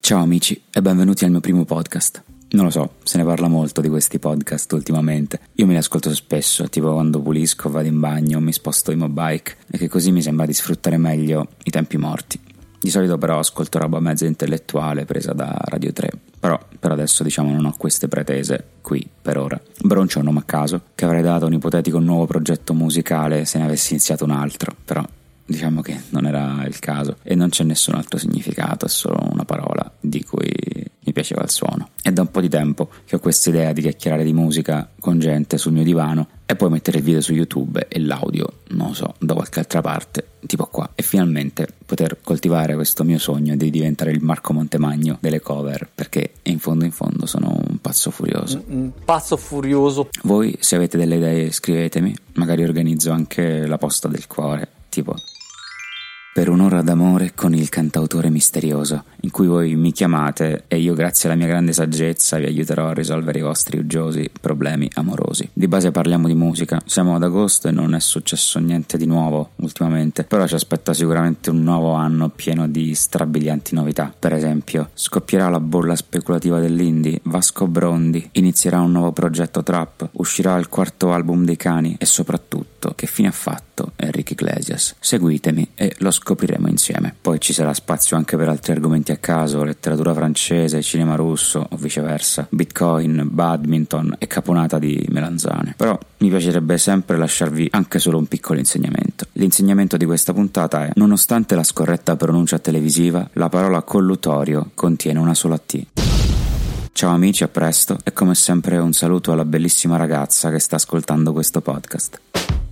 Ciao amici e benvenuti al mio primo podcast. Non lo so, se ne parla molto di questi podcast ultimamente. Io me li ascolto spesso, tipo quando pulisco, vado in bagno, mi sposto in mobike, e che così mi sembra di sfruttare meglio i tempi morti. Di solito però ascolto roba mezza intellettuale presa da Radio 3, però per adesso non ho queste pretese qui per ora. Broncio è un nome a caso che avrei dato a un ipotetico nuovo progetto musicale se ne avessi iniziato un altro, però diciamo che non era il caso e non c'è nessun altro significato, è solo una parola di cui mi piaceva il suono. È da un po' di tempo che ho questa idea di chiacchierare di musica con gente sul mio divano e poi mettere il video su YouTube e l'audio, non lo so, da qualche altra parte, tipo qua, e finalmente poter coltivare questo mio sogno di diventare il Marco Montemagno delle cover, perché in fondo sono un pazzo furioso. Un pazzo furioso. Voi, se avete delle idee, scrivetemi, magari organizzo anche la posta del cuore, tipo per un'ora d'amore con il cantautore misterioso, in cui voi mi chiamate e io, grazie alla mia grande saggezza, vi aiuterò a risolvere i vostri uggiosi problemi amorosi. Di base parliamo di musica, siamo ad agosto e non è successo niente di nuovo ultimamente, però ci aspetta sicuramente un nuovo anno pieno di strabilianti novità. Per esempio, scoppierà la bolla speculativa dell'indie, Vasco Brondi inizierà un nuovo progetto trap, uscirà il quarto album dei Cani e soprattutto, che fine ha fatto Enrique Iglesias? Seguitemi e lo scopriremo insieme. Poi ci sarà spazio anche per altri argomenti a caso, letteratura francese, cinema russo o viceversa, bitcoin, badminton e caponata di melanzane. Però mi piacerebbe sempre lasciarvi anche solo un piccolo insegnamento. L'insegnamento di questa puntata è: nonostante la scorretta pronuncia televisiva, la parola collutorio contiene una sola T. Ciao amici, a presto e come sempre un saluto alla bellissima ragazza che sta ascoltando questo podcast.